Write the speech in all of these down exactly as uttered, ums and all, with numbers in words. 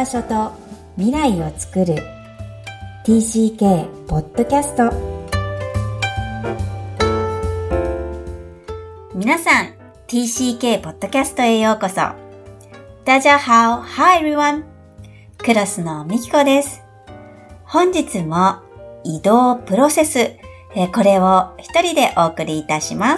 場所と未来をつくる ティーシーケー ポッドキャスト。皆さん ティーシーケー ポッドキャストへようこそ。大家好 Hi everyone、 クロスのみきこです。本日も移動プロセス、これを一人でお送りいたします。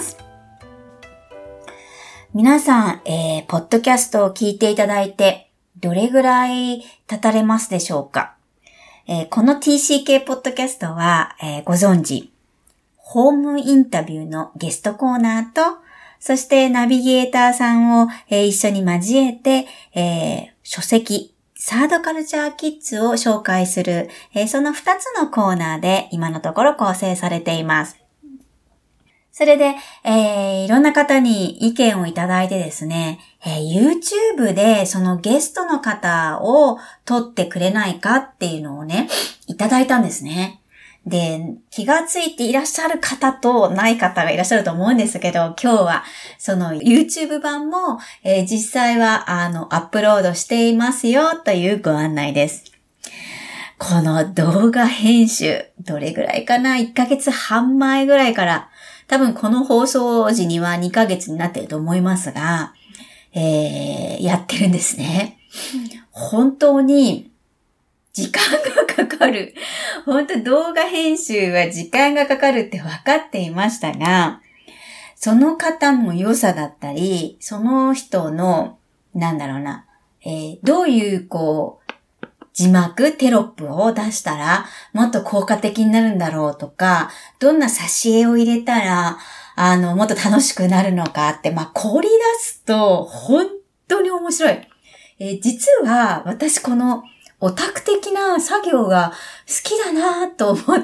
皆さん、えー、ポッドキャストを聞いていただいてどれぐらい経たれますでしょうか。えー、この ティーシーケー ポッドキャストは、えー、ご存知、ホームインタビューのゲストコーナーと、そしてナビゲーターさんを、えー、一緒に交えて、えー、書籍、サードカルチャーキッズを紹介する、えー、そのふたつのコーナーで今のところ構成されています。それで、えー、いろんな方に意見をいただいてですね、えー、YouTube でそのゲストの方を撮ってくれないかっていうのをね、いただいたんですね。で、気がついていらっしゃる方とない方がいらっしゃると思うんですけど、今日はその YouTube 版も、えー、実際はあのアップロードしていますよというご案内です。この動画編集、どれぐらいかな ?いっかげつはん前ぐらいから、多分この放送時にはにかげつになっていると思いますが、えー、やってるんですね。本当に時間がかかる。本当動画編集は時間がかかるって分かっていましたが、その方の良さだったり、その人の、なんだろうな、えー、どういうこう、字幕、テロップを出したらもっと効果的になるんだろうとか、どんな挿絵を入れたら、あの、もっと楽しくなるのかって、まあ、凝り出すと本当に面白い。えー、実は私このオタク的な作業が好きだなと思って、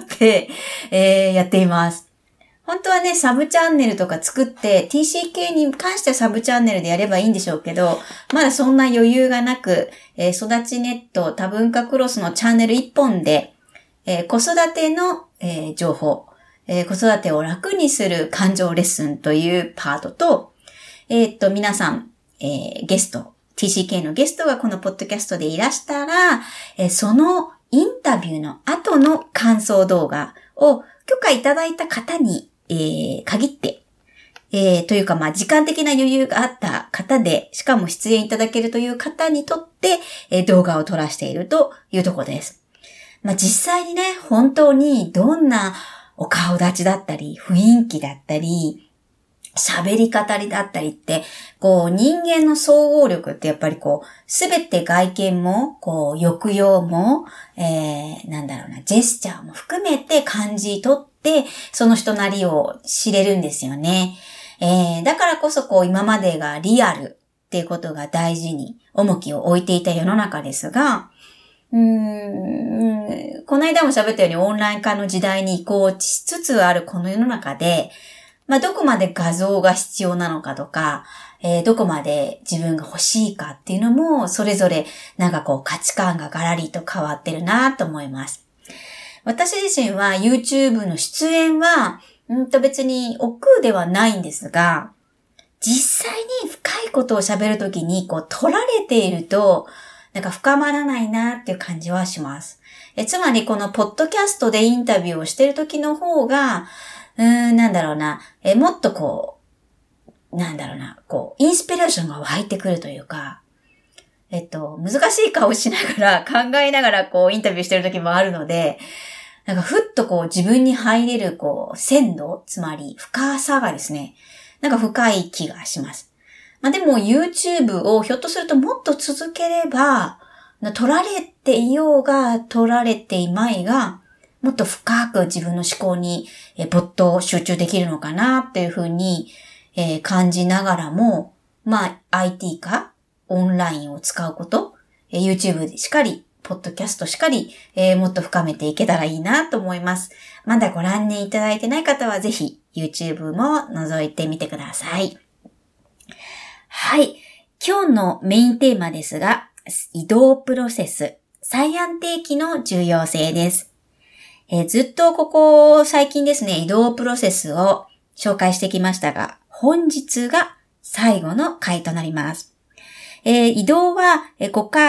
えー、やっています。本当はね、サブチャンネルとか作って ティーシーケー に関してはサブチャンネルでやればいいんでしょうけど、まだそんな余裕がなく、えー、育ちネット多文化クロスのチャンネル一本で、えー、子育ての、えー、情報、えー、子育てを楽にする感情レッスンというパートと、えー、っと、皆さん、えー、ゲスト、ティーシーケー のゲストがこのポッドキャストでいらしたら、えー、そのインタビューの後の感想動画を許可いただいた方にえー、限って、えー、というかまあ時間的な余裕があった方で、しかも出演いただけるという方にとって、えー、動画を撮らせているというところです。まあ実際にね、本当にどんなお顔立ちだったり、雰囲気だったり、喋り方だったりって、こう人間の総合力ってやっぱりこう、すべて外見も、こう抑揚も、えー、なんだろうな、ジェスチャーも含めて感じ取って、その人なりを知れるんですよね。えー、だからこそこう今までがリアルっていうことが大事に重きを置いていた世の中ですが、うーん、この間も喋ったようにオンライン化の時代に移行しつつあるこの世の中で、まあ、どこまで画像が必要なのかとか、えー、どこまで自分が欲しいかっていうのも、それぞれなんかこう価値観がガラリと変わってるなと思います。私自身は YouTube の出演は、うんと別に億劫ではないんですが、実際に深いことを喋るときにこう撮られていると、なんか深まらないなっていう感じはします。えつまりこのポッドキャストでインタビューをしているときの方が、うーん、なんだろうな、え、もっとこう、なんだろうな、こう、インスピレーションが湧いてくるというか、えっと、難しい顔しながら、考えながら、こう、インタビューしてる時もあるので、なんか、ふっとこう、自分に入れる、こう、鮮度、つまり、深さがですね、なんか深い気がします。まあでも、YouTube をひょっとするともっと続ければ、撮られていようが、撮られていまいが、もっと深く自分の思考に没頭集中できるのかなっていうふうに感じながらも、まあ アイティー かオンラインを使うこと、YouTube でしかり、ポッドキャストしかり、もっと深めていけたらいいなと思います。まだご覧にいただいてない方はぜひ YouTube も覗いてみてください。はい。今日のメインテーマですが、移動プロセス、再安定期の重要性です。えー、ずっとここ最近ですね、移動プロセスを紹介してきましたが、本日が最後の回となります。えー、移動はごかい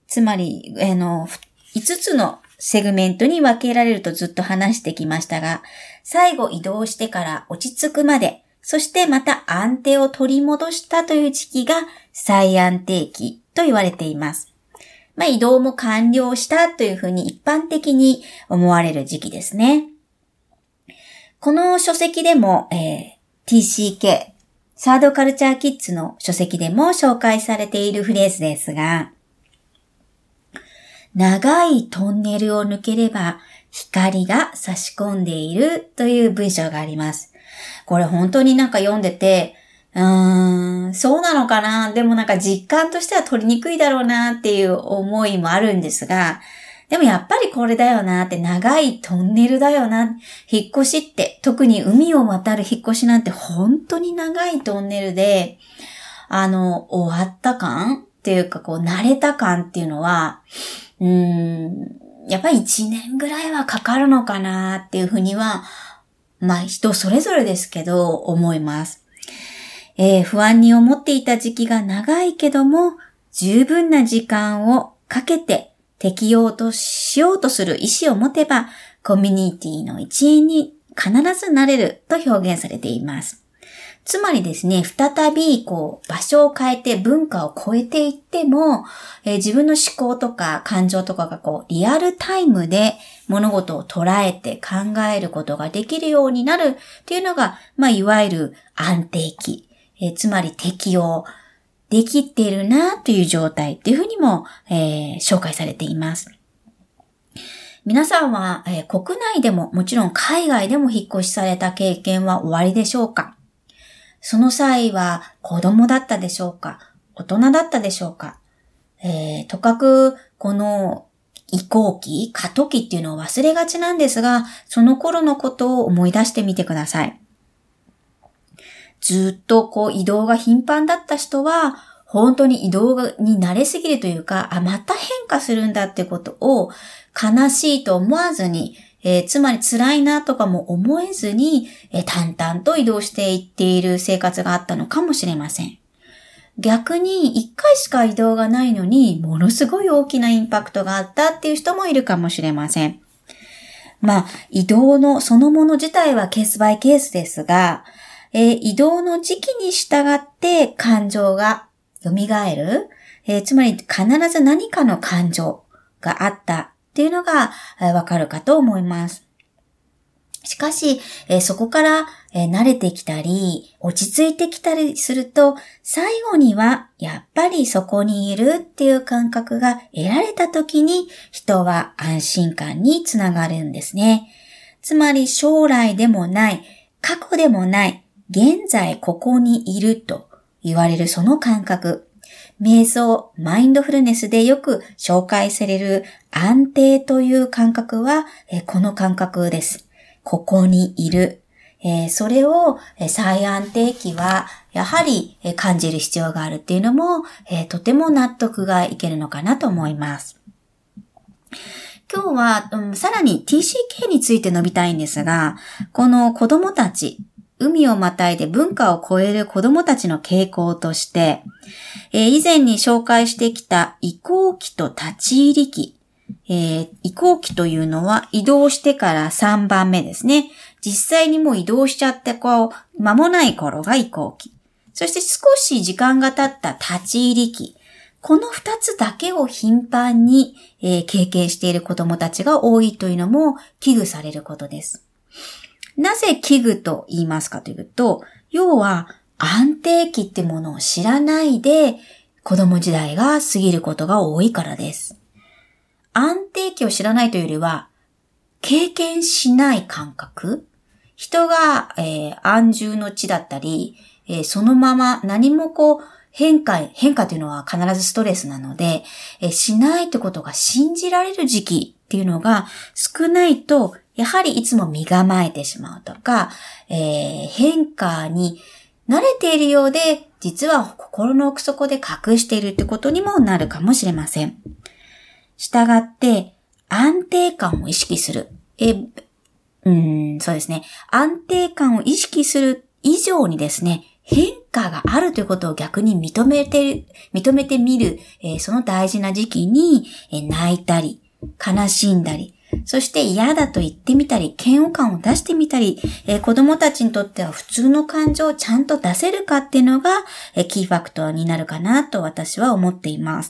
つまり、あの、いつつのセグメントに分けられるとずっと話してきましたが、最後移動してから落ち着くまで、そしてまた安定を取り戻したという時期が再安定期と言われています。まあ、移動も完了したというふうに一般的に思われる時期ですね。この書籍でも、えー、ティーシーケー、サードカルチャーキッズの書籍でも紹介されているフレーズですが、長いトンネルを抜ければ光が差し込んでいるという文章があります。これ本当になんか読んでて、うーん、そうなのかな？でもなんか実感としては取りにくいだろうなっていう思いもあるんですが、でもやっぱりこれだよなって、長いトンネルだよな。引っ越しって、特に海を渡る引っ越しなんて本当に長いトンネルで、あの、終わった感っていうかこう慣れた感っていうのは、うーん、やっぱり一年ぐらいはかかるのかなっていうふうには、まあ人それぞれですけど思います。えー、不安に思っていた時期が長いけども、十分な時間をかけて適応としようとする意思を持てば、コミュニティの一員に必ずなれると表現されています。つまりですね、再びこう場所を変えて文化を超えていっても、えー、自分の思考とか感情とかがこうリアルタイムで物事を捉えて考えることができるようになるっていうのが、まあいわゆる安定期。えー、つまり適応できているなという状態っていうふうにも、えー、紹介されています。皆さんは、えー、国内でももちろん海外でも引っ越しされた経験はおありでしょうか？その際は子供だったでしょうか？大人だったでしょうか？えー、とかくこの移行期、過渡期っていうのを忘れがちなんですが、その頃のことを思い出してみてください。ずっとこう移動が頻繁だった人は、本当に移動に慣れすぎるというか、あ、また変化するんだってことを悲しいと思わずに、えー、つまり辛いなとかも思えずに、えー、淡々と移動していっている生活があったのかもしれません。逆に一回しか移動がないのに、ものすごい大きなインパクトがあったっていう人もいるかもしれません。まあ、移動のそのもの自体はケースバイケースですが、えー、移動の時期に従って感情が蘇る、えー、つまり必ず何かの感情があったっていうのがわかるかと思います。しかし、えー、そこから、えー、慣れてきたり、落ち着いてきたりすると、最後にはやっぱりそこにいるっていう感覚が得られた時に、人は安心感につながるんですね。つまり将来でもない、過去でもない、現在ここにいると言われるその感覚。瞑想、マインドフルネスでよく紹介される安定という感覚は、えこの感覚です。ここにいる。えー、それを、え再安定期はやはり、え感じる必要があるっていうのも、えー、とても納得がいけるのかなと思います。今日は、うん、さらに ティーシーケー について述べたいんですが、この子供たち、海をまたいで文化を超える子供たちの傾向として、えー、以前に紹介してきた移行期と立ち入り期、えー、移行期というのは移動してからさんばんめですね。実際にもう移動しちゃってこう、間もない頃が移行期。そして少し時間が経った立ち入り期。この二つだけを頻繁に、えー、経験している子供たちが多いというのも危惧されることです。なぜ危惧と言いますかというと、要は安定期ってものを知らないで子供時代が過ぎることが多いからです。安定期を知らないというよりは、経験しない感覚。人が、えー、安住の地だったり、えー、そのまま何もこう変化、変化というのは必ずストレスなので、えー、しないってことが信じられる時期っていうのが少ないと、やはりいつも身構えてしまうとか、えー、変化に慣れているようで、実は心の奥底で隠しているってことにもなるかもしれません。したがって、安定感を意識する。え、うーん、そうですね。安定感を意識する以上にですね、 変化があるということを逆に認めて、認めてみる、えー、その大事な時期に、えー、泣いたり、悲しんだり、そして嫌だと言ってみたり、嫌悪感を出してみたり、えー、子供たちにとっては普通の感情をちゃんと出せるかっていうのが、えー、キーファクトになるかなと私は思っています。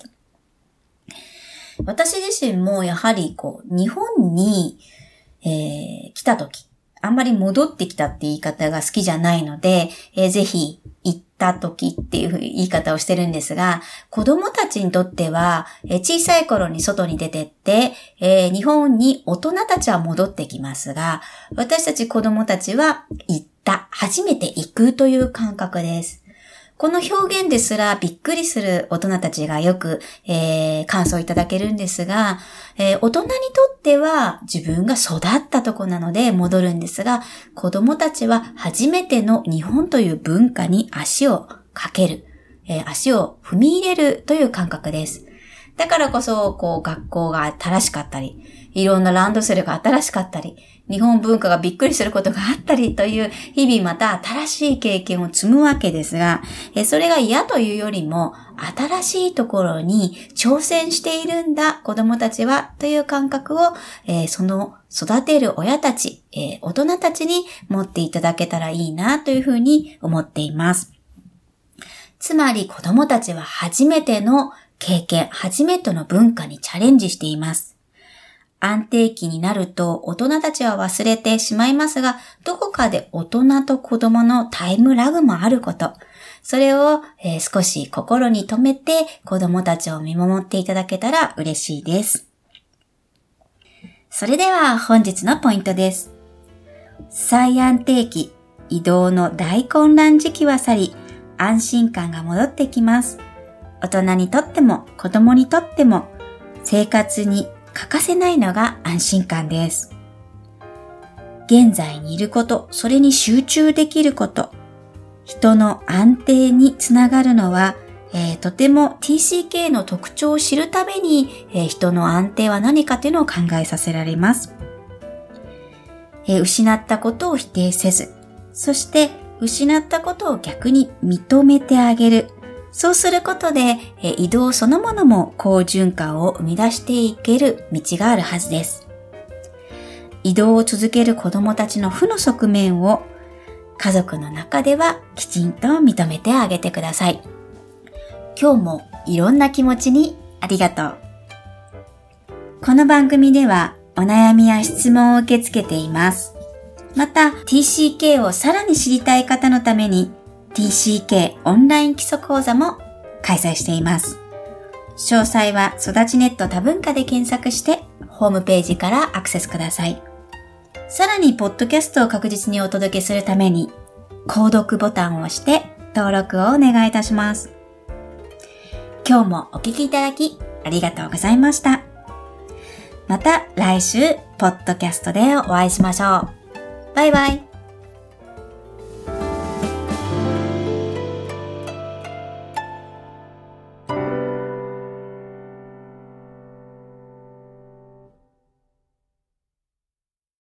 私自身もやはりこう、日本に、えー、来たとき、あんまり戻ってきたって言い方が好きじゃないので、えー、ぜひ行った時っていう言い方をしてるんですが、子供たちにとっては、えー、小さい頃に外に出てって、えー、日本に大人たちは戻ってきますが、私たち子供たちは行った、初めて行くという感覚です。この表現ですらびっくりする大人たちがよく、えー、感想いただけるんですが、えー、大人にとっては自分が育ったとこなので戻るんですが、子供たちは初めての日本という文化に足をかける、えー、足を踏み入れるという感覚です。だからこそ、こう、学校が新しかったり、いろんなランドセルが新しかったり、日本文化がびっくりすることがあったりという日々また新しい経験を積むわけですが、それが嫌というよりも新しいところに挑戦しているんだ子供たちはという感覚を、えー、その育てる親たち、えー、大人たちに持っていただけたらいいなというふうに思っています。つまり子供たちは初めての経験、初めての文化にチャレンジしています。安定期になると大人たちは忘れてしまいますが、どこかで大人と子供のタイムラグもあること。それを、えー、少し心に留めて子供たちを見守っていただけたら嬉しいです。それでは本日のポイントです。再安定期、移動の大混乱時期は去り、安心感が戻ってきます。大人にとっても子供にとっても生活に欠かせないのが安心感です。現在にいること、それに集中できること、人の安定につながるのは、えー、とても ティーシーケー の特徴を知るために、えー、人の安定は何かというのを考えさせられます。えー、失ったことを否定せず、そして失ったことを逆に認めてあげる。そうすることで、え移動そのものも好循環を生み出していける道があるはずです。移動を続ける子どもたちの負の側面を家族の中ではきちんと認めてあげてください。今日もいろんな気持ちにありがとう。この番組ではお悩みや質問を受け付けています。また ティーシーケー をさらに知りたい方のためにティーシーケー オンライン基礎講座も開催しています。詳細は育ちネット多文化で検索してホームページからアクセスください。さらにポッドキャストを確実にお届けするために購読ボタンを押して登録をお願いいたします。今日もお聞きいただきありがとうございました。また来週ポッドキャストでお会いしましょう。バイバイ。